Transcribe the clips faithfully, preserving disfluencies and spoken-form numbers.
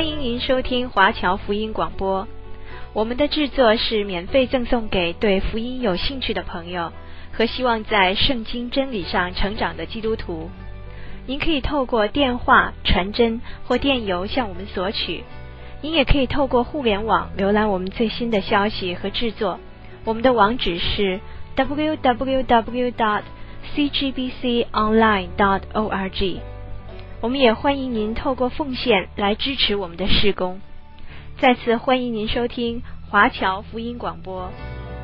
欢迎您收听华侨福音广播。我们的制作是免费赠送给对福音有兴趣的朋友和希望在圣经真理上成长的基督徒。您可以透过电话、传真或电邮向我们索取。您也可以透过互联网浏览我们最新的消息和制作。我们的网址是 double-u double-u double-u dot c g b c online dot org。 我们也欢迎您透过奉献来支持我们的事工。再次欢迎您收听华侨福音广播。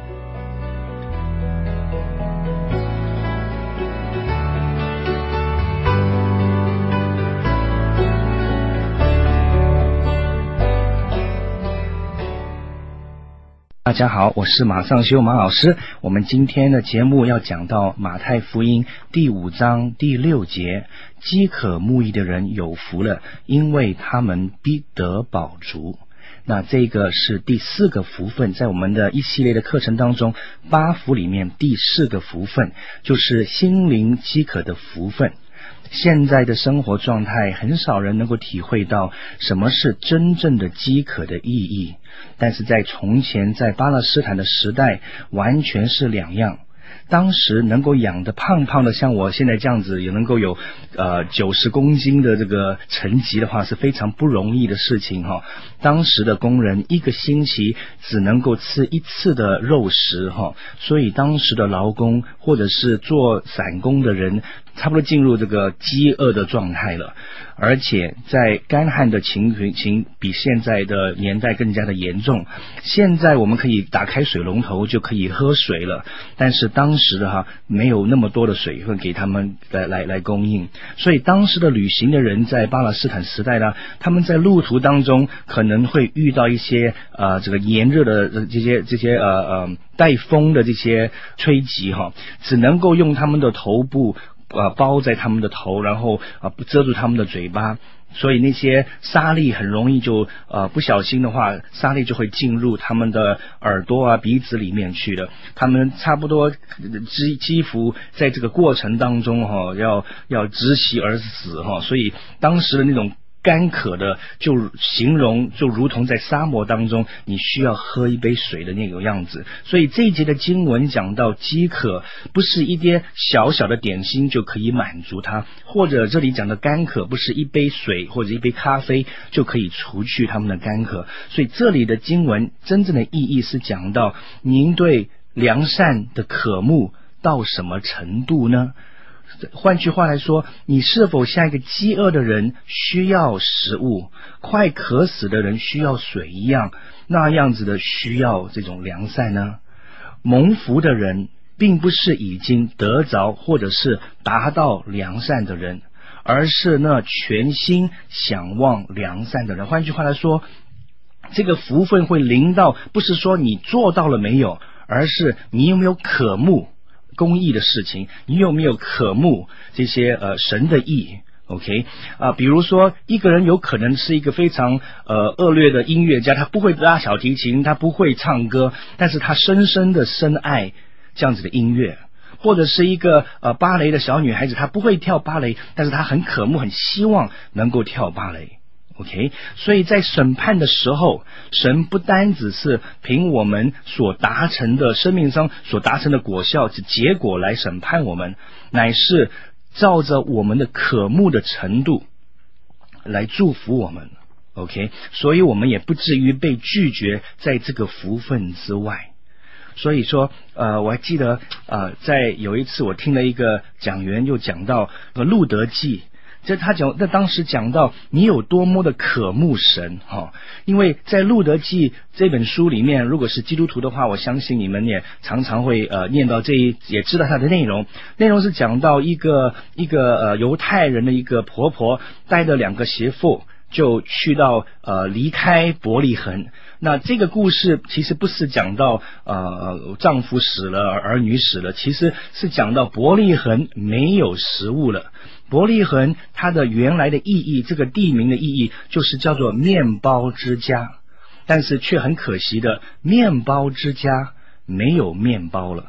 大家好，我是马上修马老师。我们今天的节目要讲到马太福音第五章第六节，饥渴慕义的人有福了，因为他们必得饱足。那这个是第四个福分，在我们的一系列的课程当中，八福里面第四个福分就是心灵饥渴的福分。现在的生活状态，很少人能够体会到什么是真正的饥渴的意义，但是在从前，在巴勒斯坦的时代，完全是两样。当时能够养得胖胖的，像我现在这样子，也能够有呃九十公斤的这个成绩的话，是非常不容易的事情哈。当时的工人一个星期只能够吃一次的肉食哈，所以当时的劳工或者是做散工的人，差不多进入这个饥饿的状态了。而且在干旱的情形比现在的年代更加的严重。现在我们可以打开水龙头就可以喝水了，但是当时的哈没有那么多的水分给他们来来来供应，所以当时的旅行的人在巴勒斯坦时代呢，他们在路途当中可能会遇到一些呃这个炎热的这些这些呃呃带风的这些吹击哈，只能够用他们的头部呃，包在他们的头，然后呃遮住他们的嘴巴，所以那些沙粒很容易就呃不小心的话，沙粒就会进入他们的耳朵啊、鼻子里面去的。他们差不多几几乎在这个过程当中哈、哦，要要窒息而死哈、哦，所以当时的那种干渴的，就形容就如同在沙漠当中你需要喝一杯水的那个样子。所以这一节的经文讲到饥渴不是一碟小小的点心就可以满足它，或者这里讲的干渴不是一杯水或者一杯咖啡就可以除去他们的干渴。所以这里的经文真正的意义是讲到您对良善的渴慕到什么程度呢？换句话来说，你是否像一个饥饿的人需要食物，快渴死的人需要水一样，那样子的需要这种良善呢？蒙福的人并不是已经得着或者是达到良善的人，而是那全心想望良善的人。换句话来说，这个福分会临到，不是说你做到了没有，而是你有没有渴慕公益的事情，你有没有渴慕这些呃神的意 OK 啊、呃，比如说一个人有可能是一个非常呃恶劣的音乐家，他不会拉小提琴，他不会唱歌，但是他深深的深爱这样子的音乐。或者是一个呃芭蕾的小女孩子，她不会跳芭蕾，但是她很渴慕很希望能够跳芭蕾。OK， 所以在审判的时候，神不单只是凭我们所达成的生命中所达成的果效及结果来审判我们，乃是照着我们的渴慕的程度来祝福我们。OK， 所以我们也不至于被拒绝在这个福分之外。所以说呃，我还记得呃，在有一次我听了一个讲员就讲到呃路德记，这他讲，在当时讲到你有多么的渴慕神哈、哦，因为在路德记这本书里面，如果是基督徒的话，我相信你们也常常会呃念到这一，也知道它的内容。内容是讲到一个一个呃犹太人的一个婆婆带着两个媳妇，就去到呃离开伯利恒。那这个故事其实不是讲到呃丈夫死了儿女死了，其实是讲到伯利恒没有食物了。伯利恒它的原来的意义，这个地名的意义就是叫做面包之家，但是却很可惜的，面包之家没有面包了。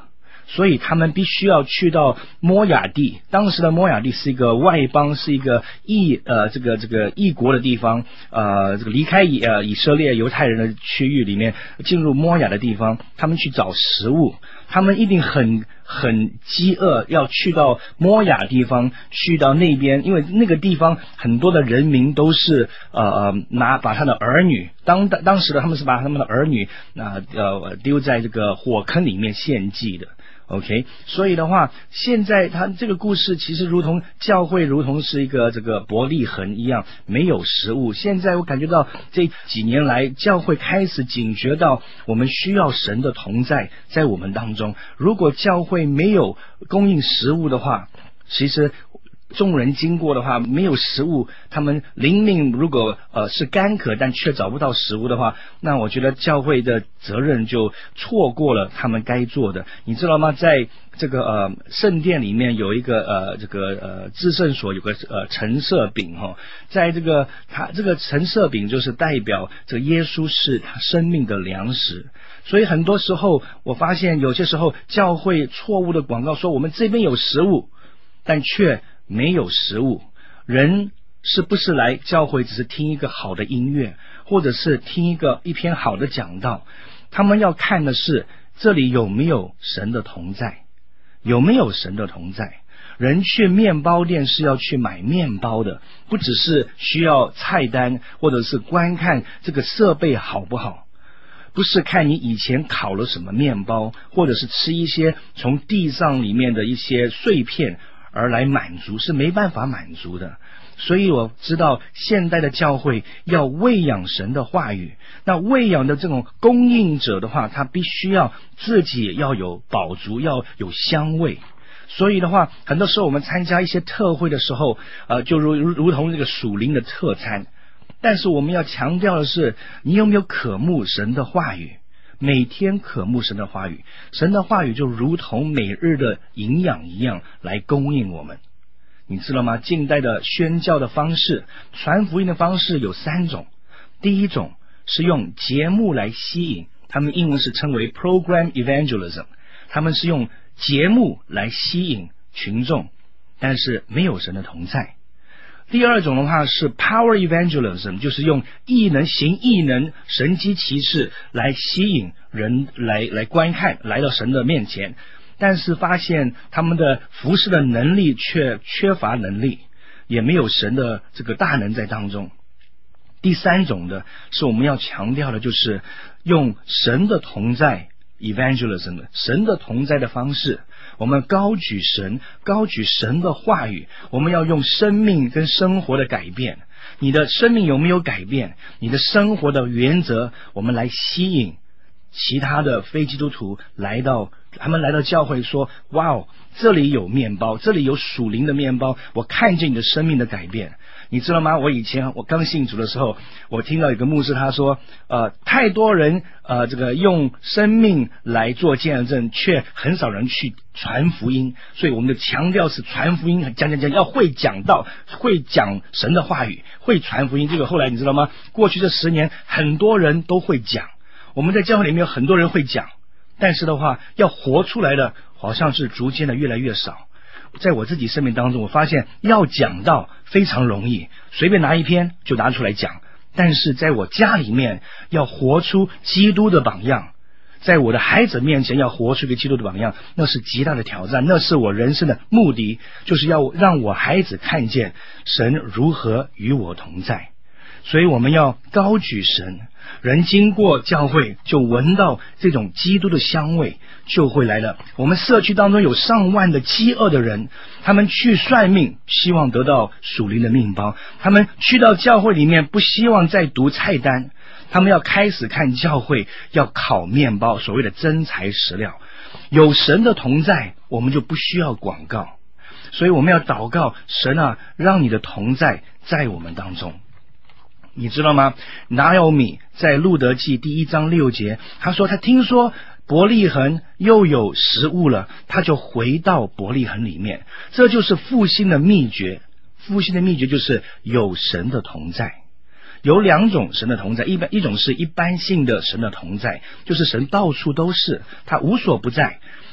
所以他们必须要去到摩亚地。当时的摩亚地是一个外邦，是一个异呃这个这个异国的地方，呃这个离开以呃以色列犹太人的区域里面，进入摩亚的地方，他们去找食物，他们一定很很饥饿，要去到摩亚地方，去到那边，因为那个地方很多的人民都是呃呃拿把他的儿女，当当时的他们是把他们的儿女呃呃丢在这个火坑里面献祭的。OK， 所以的话，现在他这个故事其实如同教会，如同是一个这个伯利恒一样，没有食物。现在我感觉到这几年来，教会开始警觉到我们需要神的同在在我们当中。如果教会没有供应食物的话，其实众人经过的话，没有食物，他们灵命如果呃是干渴，但却找不到食物的话，那我觉得教会的责任就错过了他们该做的。你知道吗？在这个呃圣殿里面有一个呃这个呃至圣所有个呃陈设饼哈、哦，在这个他这个陈设饼就是代表这个耶稣是他生命的粮食。所以很多时候我发现有些时候教会错误的广告说我们这边有食物，但却没有食物。人是不是来教会只是听一个好的音乐，或者是听一个一篇好的讲道？他们要看的是这里有没有神的同在，有没有神的同在。人去面包店是要去买面包的，不只是需要菜单，或者是观看这个设备好不好，不是看你以前烤了什么面包，或者是吃一些从地上里面的一些碎片而来满足，是没办法满足的。所以我知道现代的教会要喂养神的话语，那喂养的这种供应者的话，他必须要自己要有饱足，要有香味。所以的话，很多时候我们参加一些特会的时候，呃，就如如如同这个属灵的特餐，但是我们要强调的是，你有没有渴慕神的话语？每天渴慕神的话语，神的话语就如同每日的营养一样来供应我们。你知道吗？近代的宣教的方式，传福音的方式有三种。第一种是用节目来吸引，他们英文是称为 program evangelism， 他们是用节目来吸引群众，但是没有神的同在。第二种的话是 power evangelism， 就是用异能行异能神迹奇事来吸引人来来观看，来到神的面前，但是发现他们的服事的能力却缺乏能力，也没有神的这个大能在当中。第三种的是我们要强调的，就是用神的同在 evangelism， 神的同在的方式，我们高举神，高举神的话语，我们要用生命跟生活的改变。你的生命有没有改变？你的生活的原则，我们来吸引其他的非基督徒来到，他们来到教会说，哇哦，这里有面包，这里有属灵的面包，我看见你的生命的改变。你知道吗？我以前我刚信主的时候，我听到有个牧师他说，呃，太多人呃这个用生命来做见证，却很少人去传福音。所以我们的强调是传福音，讲讲讲，要会讲道，会讲神的话语，会传福音。这个后来你知道吗？过去这十年，很多人都会讲。我们在教会里面有很多人会讲，但是的话，要活出来的，好像是逐渐的越来越少。在我自己生命当中，我发现要讲道非常容易，随便拿一篇就拿出来讲，但是在我家里面要活出基督的榜样，在我的孩子面前要活出一个基督的榜样，那是极大的挑战，那是我人生的目的，就是要让我孩子看见神如何与我同在。所以我们要高举神，人经过教会就闻到这种基督的香味，就会来了。我们社区当中有上万的饥饿的人，他们去算命，希望得到属灵的面包，他们去到教会里面不希望再读菜单，他们要开始看教会，要烤面包，所谓的真材实料。有神的同在，我们就不需要广告。所以我们要祷告，神啊，让你的同在在我们当中。你知道吗？拿俄米在路德记第一章六节，他说他听说伯利恒又有食物了，他就回到伯利恒里面。这就是复兴的秘诀。复兴的秘诀就是有神的同在。有两种神的同在，一般一种是一般性的神的同在，就是神到处都是，他无所不在。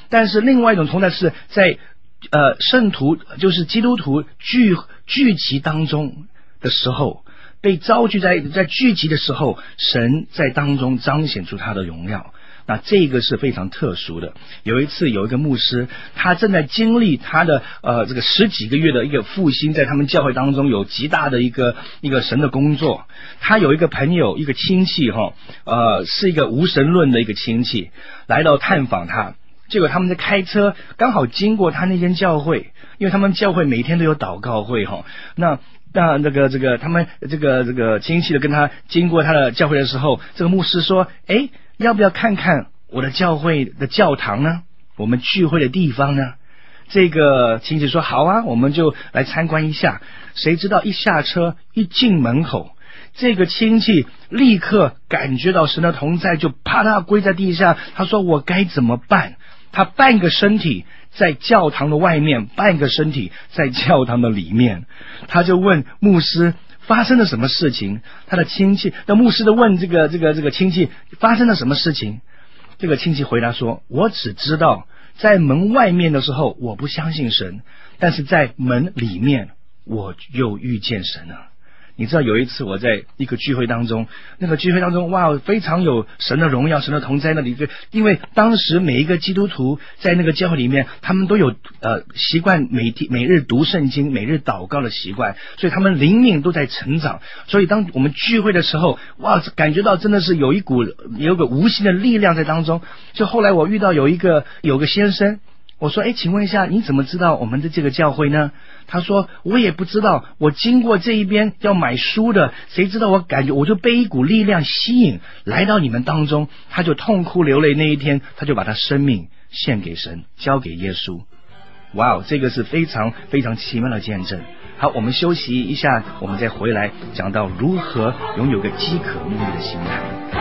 但是另外一种同在是在呃圣徒，就是基督徒聚聚集当中的时候，被召聚在在聚集的时候，神在当中彰显出他的荣耀。那这个是非常特殊的。有一次有一个牧师，他正在经历他的呃这个十几个月的一个复兴，在他们教会当中有极大的一个一个神的工作。他有一个朋友，一个亲戚哈，呃是一个无神论的一个亲戚，来到探访他。结果他们在开车，刚好经过他那间教会，因为他们教会每天都有祷告会哈。那那那个这个他们这个这个亲戚的跟他经过他的教会的时候，这个牧师说：“哎，要不要看看我的教会的教堂呢？我们聚会的地方呢？”这个亲戚说：“好啊，我们就来参观一下。”谁知道一下车一进门口，这个亲戚立刻感觉到神的同在，就啪嗒跪在地下。他说：“我该怎么办？”他半个身体在教堂的外面，半个身体在教堂的里面。他就问牧师发生了什么事情。他的亲戚，那牧师就问这个这个这个亲戚发生了什么事情。这个亲戚回答说：“我只知道在门外面的时候我不相信神，但是在门里面我又遇见神了。”你知道有一次我在一个聚会当中，那个聚会当中哇，非常有神的荣耀，神的同在那里。因为当时每一个基督徒在那个教会里面，他们都有呃习惯每天每日读圣经、每日祷告的习惯，所以他们灵命都在成长。所以当我们聚会的时候，哇，感觉到真的是有一股有个无形的力量在当中。就后来我遇到有一个有个先生，我说：“哎，请问一下，你怎么知道我们的这个教会呢？”他说：“我也不知道，我经过这一边要买书的，谁知道我感觉我就被一股力量吸引来到你们当中。”他就痛哭流泪，那一天他就把他生命献给神，交给耶稣。哇哦，这个是非常非常奇妙的见证。好，我们休息一下，我们再回来讲到如何拥有个饥渴慕义的心态。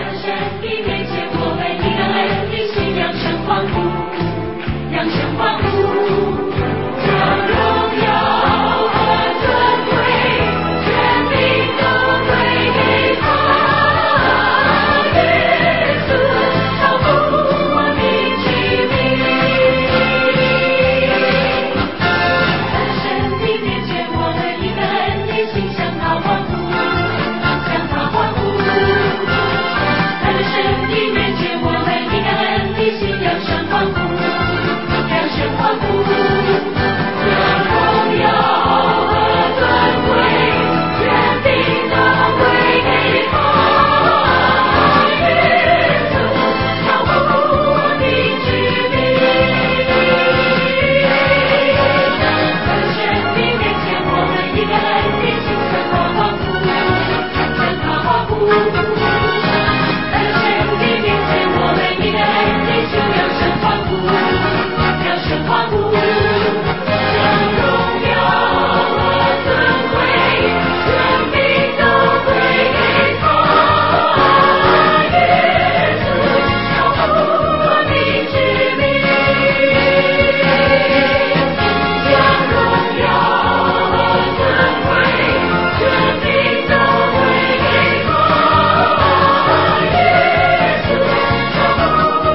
让神欢呼，将荣耀和尊贵，全名都归给他。耶稣超乎我名之名，在神的面前，我们一个内心向他欢呼，向他欢呼。在神的面前，我们一个内心向神欢呼。欢呼，将荣耀和尊贵，全并都归给他。耶稣超乎我名之名，在神的面前，我们一个内心向他欢呼，向他欢呼。在神的面前，我们一个内心向神欢呼。欢呼，将荣耀和尊贵，全并都归给他。耶稣超乎我名之名，将荣耀和尊贵，全并都归给他。耶稣超乎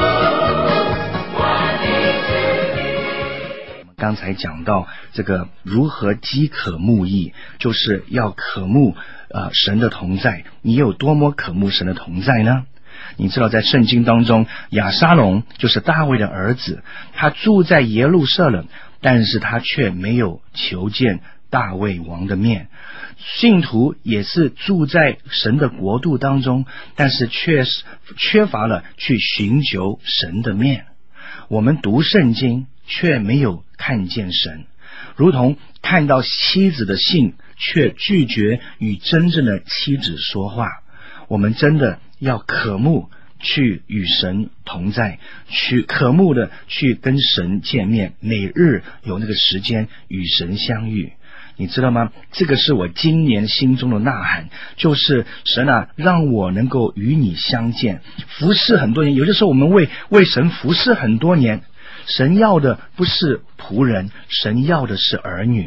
我名之名。刚才讲到这个如何饥渴慕义，就是要渴慕呃神的同在。你有多么渴慕神的同在呢？你知道在圣经当中，亚沙龙就是大卫的儿子，他住在耶路撒冷，但是他却没有求见大卫王的面。信徒也是住在神的国度当中，但是却缺乏了去寻求神的面。我们读圣经却没有看见神，如同看到妻子的信，却拒绝与真正的妻子说话。我们真的要渴慕去与神同在，去渴慕的去跟神见面，每日有那个时间与神相遇。你知道吗？这个是我今年心中的呐喊，就是神啊，让我能够与你相见。服侍很多年，有的时候我们为为神服侍很多年，神要的不是仆人，神要的是儿女。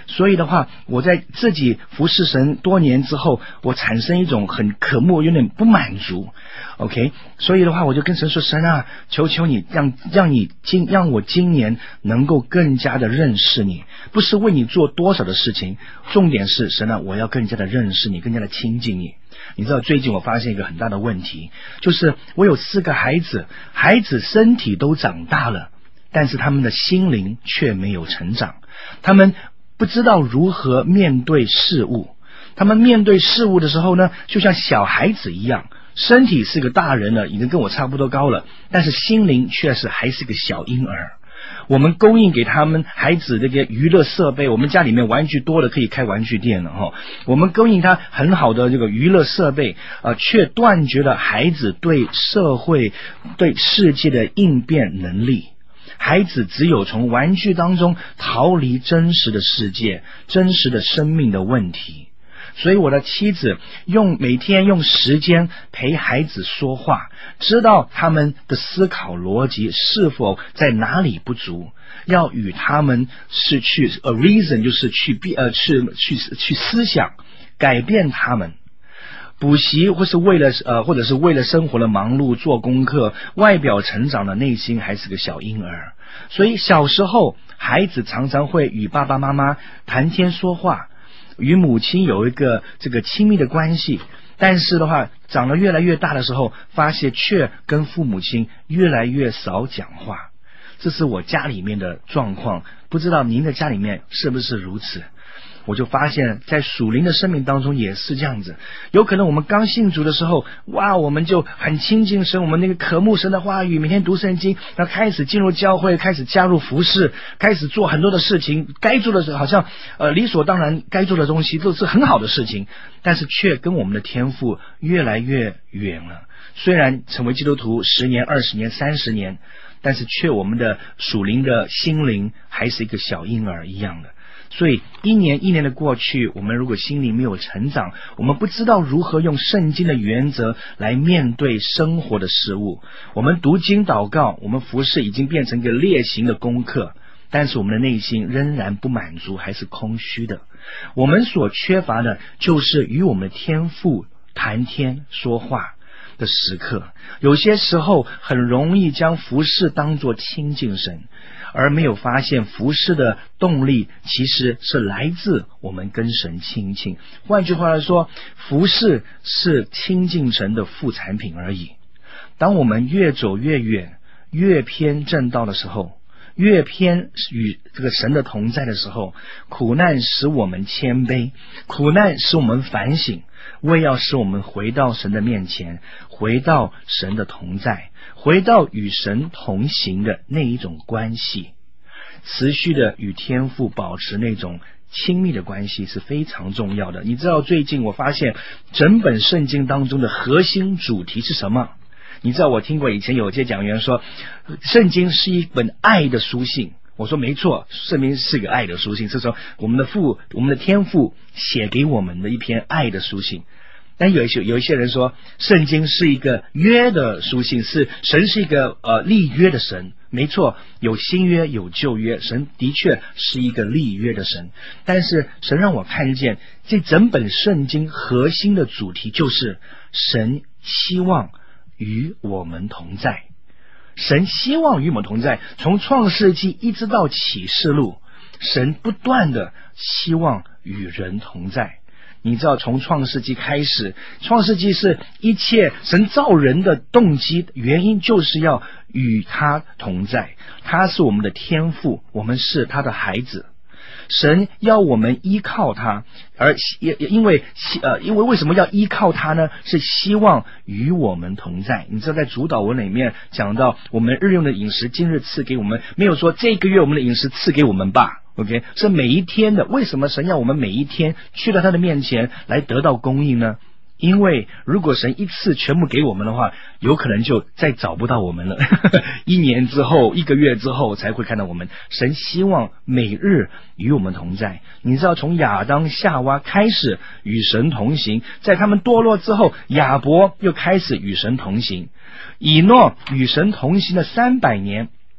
所以的话，我在自己服侍神多年之后，我产生一种很渴慕，有点不满足。OK， 所以的话，我就跟神说：神啊，求求你让让你今让我今年能够更加的认识你，不是为你做多少的事情，重点是神啊，我要更加的认识你，更加的亲近你。你知道最近我发现一个很大的问题，就是我有四个孩子，孩子身体都长大了，但是他们的心灵却没有成长，他们不知道如何面对事物，他们面对事物的时候呢，就像小孩子一样，身体是个大人了，已经跟我差不多高了，但是心灵却是还是个小婴儿。我们供应给他们孩子这个娱乐设备，我们家里面玩具多了，可以开玩具店了哈。我们供应他很好的这个娱乐设备，呃，却断绝了孩子对社会、对世界的应变能力。孩子只有从玩具当中逃离真实的世界、真实的生命的问题。所以我的妻子用每天用时间陪孩子说话，知道他们的思考逻辑是否在哪里不足，要与他们是去 a reason 就是去呃去去去思想改变他们。补习或是为了呃或者是为了生活的忙碌做功课，外表成长的内心还是个小婴儿。所以小时候孩子常常会与爸爸妈妈谈天说话，与母亲有一个这个亲密的关系，但是的话长得越来越大的时候，发现却跟父母亲越来越少讲话。这是我家里面的状况，不知道您的家里面是不是如此。我就发现在属灵的生命当中也是这样子，有可能我们刚信主的时候，哇，我们就很亲近神，我们那个渴慕神的话语，每天读圣经，然后开始进入教会，开始加入服事，开始做很多的事情，该做的事好像呃理所当然该做的东西都是很好的事情，但是却跟我们的天父越来越远了。虽然成为基督徒十年、二十年、三十年，但是却我们的属灵的心灵还是一个小婴儿一样的。所以一年一年的过去，我们如果心灵没有成长，我们不知道如何用圣经的原则来面对生活的事物。我们读经祷告，我们服事已经变成一个例行的功课，但是我们的内心仍然不满足，还是空虚的。我们所缺乏的就是与我们的天父谈天说话的时刻。有些时候很容易将服事当作亲近神，而没有发现服事的动力其实是来自我们跟神亲近。换句话来说，服事是亲近神的副产品而已。当我们越走越远，越偏正道的时候，越偏与这个神的同在的时候，苦难使我们谦卑，苦难使我们反省，为要使我们回到神的面前，回到神的同在，回到与神同行的那一种关系。持续的与天父保持那种亲密的关系是非常重要的。你知道最近我发现整本圣经当中的核心主题是什么？你知道我听过以前有些讲员说圣经是一本爱的书信，我说没错，圣经是个爱的书信，是说我们的父我们的天父写给我们的一篇爱的书信。但有一些有一些人说圣经是一个约的书信，是神是一个呃立约的神。没错，有新约有旧约，神的确是一个立约的神，但是神让我看见这整本圣经核心的主题就是神希望与我们同在。神希望与我们同在，从创世纪一直到启示录，神不断的希望与人同在。你知道从创世纪开始，创世纪是一切神造人的动机原因，就是要与他同在。他是我们的天父，我们是他的孩子。神要我们依靠他，而也因为呃，因为为什么要依靠他呢？是希望与我们同在。你知道在主导文里面讲到我们日用的饮食今日赐给我们，没有说这个月我们的饮食赐给我们吧， OK， 是每一天的。为什么神要我们每一天去到他的面前来得到供应呢？因为如果神一次全部给我们的话，有可能就再找不到我们了一年之后一个月之后才会看到我们。神希望每日与我们同在。你知道从亚当夏娃开始与神同行，在他们堕落之后，亚伯又开始与神同行。以诺与神同行了三百年，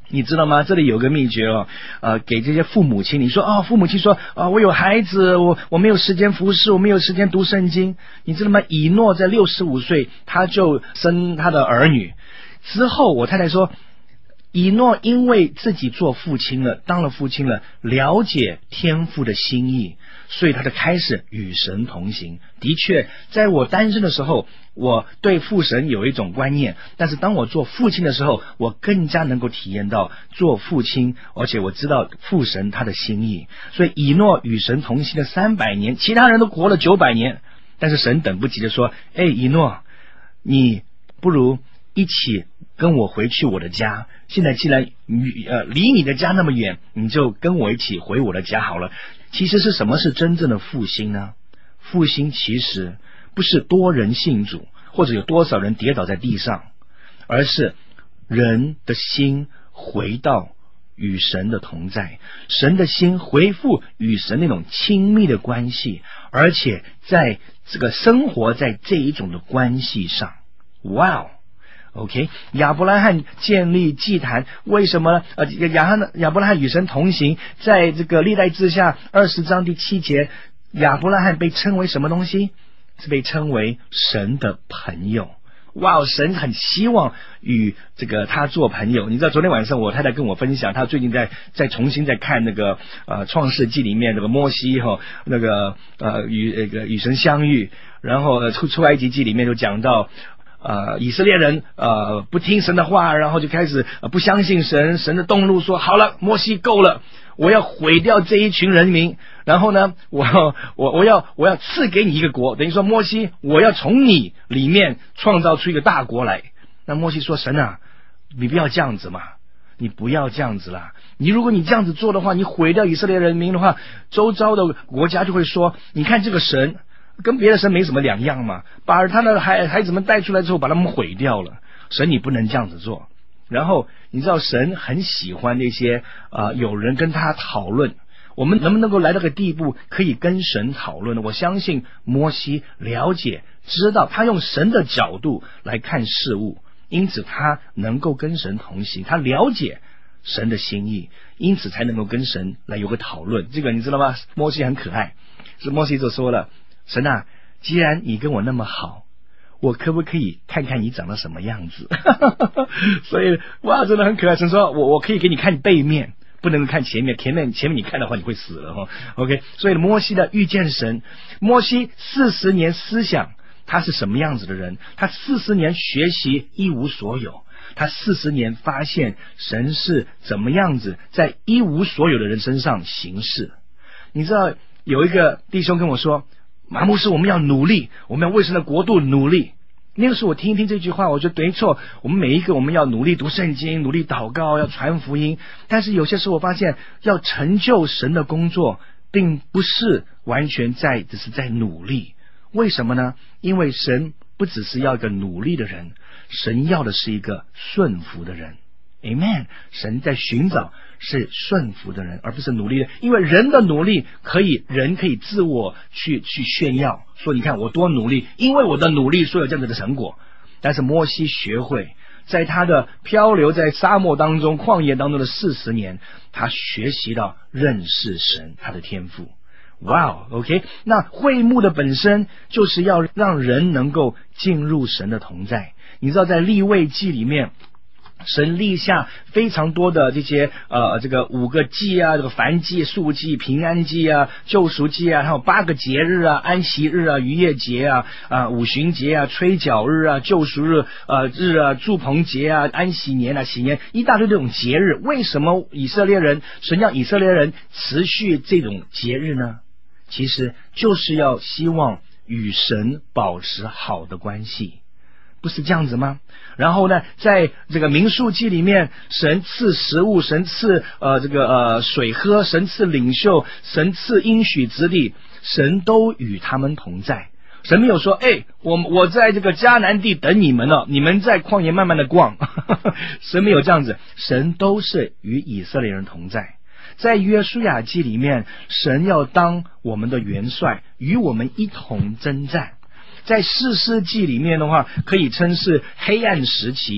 你知道吗？这里有个秘诀哦，呃，给这些父母亲，你说哦，父母亲说啊、呃，我有孩子，我我没有时间服侍，我没有时间读圣经。你知道吗？以诺在六十五岁他就生他的儿女之后，我太太说，以诺因为自己做父亲了，当了父亲了，了解天父的心意，所以他就开始与神同行。的确，在我单身的时候，我对父神有一种观念，但是当我做父亲的时候，我更加能够体验到做父亲，而且我知道父神他的心意。所以以诺与神同行了三百年，其他人都活了九百年，但是神等不及的说，哎，以诺，你不如一起跟我回去我的家，现在既然呃离你的家那么远，你就跟我一起回我的家好了。其实是什么是真正的复兴呢？复兴其实不是多人信主，或者有多少人跌倒在地上，而是人的心回到与神的同在，神的心回复与神那种亲密的关系，而且在这个生活在这一种的关系上。哇哦！OK， 亚伯拉罕建立祭坛，为什么呃亚汉亚伯拉罕与神同行？在这个历代志下二十章第七节，亚伯拉罕被称为什么东西？是被称为神的朋友。哇，神很希望与这个他做朋友。你知道昨天晚上我太太跟我分享，她最近在在重新在看那个呃创世纪里面那个摩西哈、哦、那个呃与那个与神相遇，然后出出埃及记里面就讲到。呃，以色列人呃不听神的话，然后就开始、呃、不相信神，神的动怒说好了，摩西够了，我要毁掉这一群人民，然后呢，我我我要我要赐给你一个国，等于说摩西，我要从你里面创造出一个大国来。那摩西说，神啊，你不要这样子嘛，你不要这样子啦，你如果你这样子做的话，你毁掉以色列人民的话，周遭的国家就会说，你看这个神跟别的神没什么两样嘛，把他的孩孩子们带出来之后把他们毁掉了，神你不能这样子做。然后你知道神很喜欢那些呃有人跟他讨论，我们能不能够来到个地步可以跟神讨论呢？我相信摩西了解知道他用神的角度来看事物，因此他能够跟神同行，他了解神的心意，因此才能够跟神来有个讨论。这个你知道吗？摩西很可爱，是摩西就说了，神啊，既然你跟我那么好，我可不可以看看你长得什么样子？所以哇，真的很可爱。神说我我可以给你看背面，不能看前面，前面前面你看的话你会死了哈。OK， 所以摩西的遇见神，摩西四十年思想他是什么样子的人，他四十年学习一无所有，他四十年发现神是怎么样子在一无所有的人身上行事。你知道有一个弟兄跟我说，马牧师，我们要努力，我们要为神的国度努力。那个时候我听一听这句话，我觉得没错，我们每一个我们要努力读圣经，努力祷告，要传福音。但是有些时候我发现，要成就神的工作，并不是完全在只是在努力。为什么呢？因为神不只是要一个努力的人，神要的是一个顺服的人。Amen， 神在寻找是顺服的人，而不是努力的。因为人的努力可以，人可以自我去去炫耀，说你看我多努力，因为我的努力所有这样子的成果。但是摩西学会在他的漂流在沙漠当中、旷野当中的四十年，他学习到认识神，他的天赋。哇、wow, OK， 那会幕的本身就是要让人能够进入神的同在。你知道在利未记里面，神立下非常多的这些呃这个五个祭啊，这个燔祭、素祭、平安祭啊、救赎祭啊，还有八个节日啊，安息日啊、逾越节啊、啊五旬节啊、吹角日啊、救赎日呃日啊、住棚节啊、安息年啊、喜年，一大堆这种节日。为什么以色列人神让以色列人持续这种节日呢？其实就是要希望与神保持好的关系，不是这样子吗？然后呢，在这个民数记里面，神赐食物，神赐呃这个呃水喝，神赐领袖，神赐应许之地，神都与他们同在。神没有说，哎，我我在这个迦南地等你们了，你们在旷野慢慢的逛。神没有这样子，神都是与以色列人同在。在约书亚记里面，神要当我们的元帅，与我们一同征战。在士师记里面的话，可以称是黑暗时期。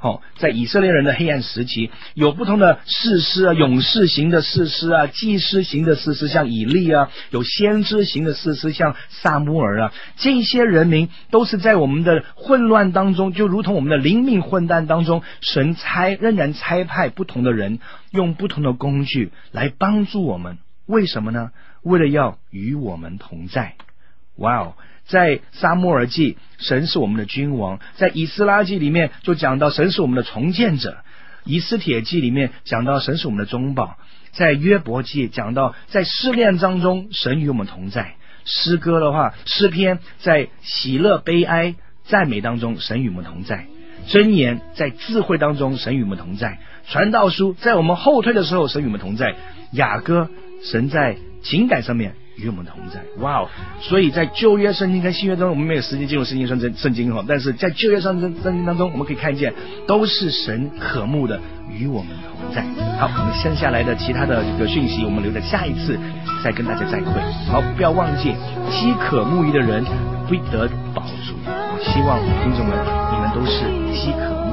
哦，在以色列人的黑暗时期，有不同的士师啊，勇士型的士师啊，祭司型的士师像以利啊，有先知型的士师像撒母耳啊，这些人民都是在我们的混乱当中，就如同我们的灵命混乱当中，神差仍然差派不同的人，用不同的工具来帮助我们。为什么呢？为了要与我们同在。哇哦！在撒母耳记，神是我们的君王；在以斯拉记里面就讲到神是我们的重建者；以斯帖记里面讲到神是我们的中保；在约伯记讲到在试炼当中神与我们同在。诗歌的话，诗篇在喜乐悲哀赞美当中神与我们同在。箴言在智慧当中神与我们同在。传道书在我们后退的时候神与我们同在。雅歌神在情感上面与我们同在。哇哦！所以在旧约圣经跟新约中，我们没有时间进入圣经圣经圣经哈，但是在旧约圣经圣经当中，我们可以看见都是神渴慕的与我们同在。好，我们剩下来的其他的这个讯息，我们留在下一次再跟大家再会。好，不要忘记饥渴沐浴的人必得饱足。希望听众们你们都是饥渴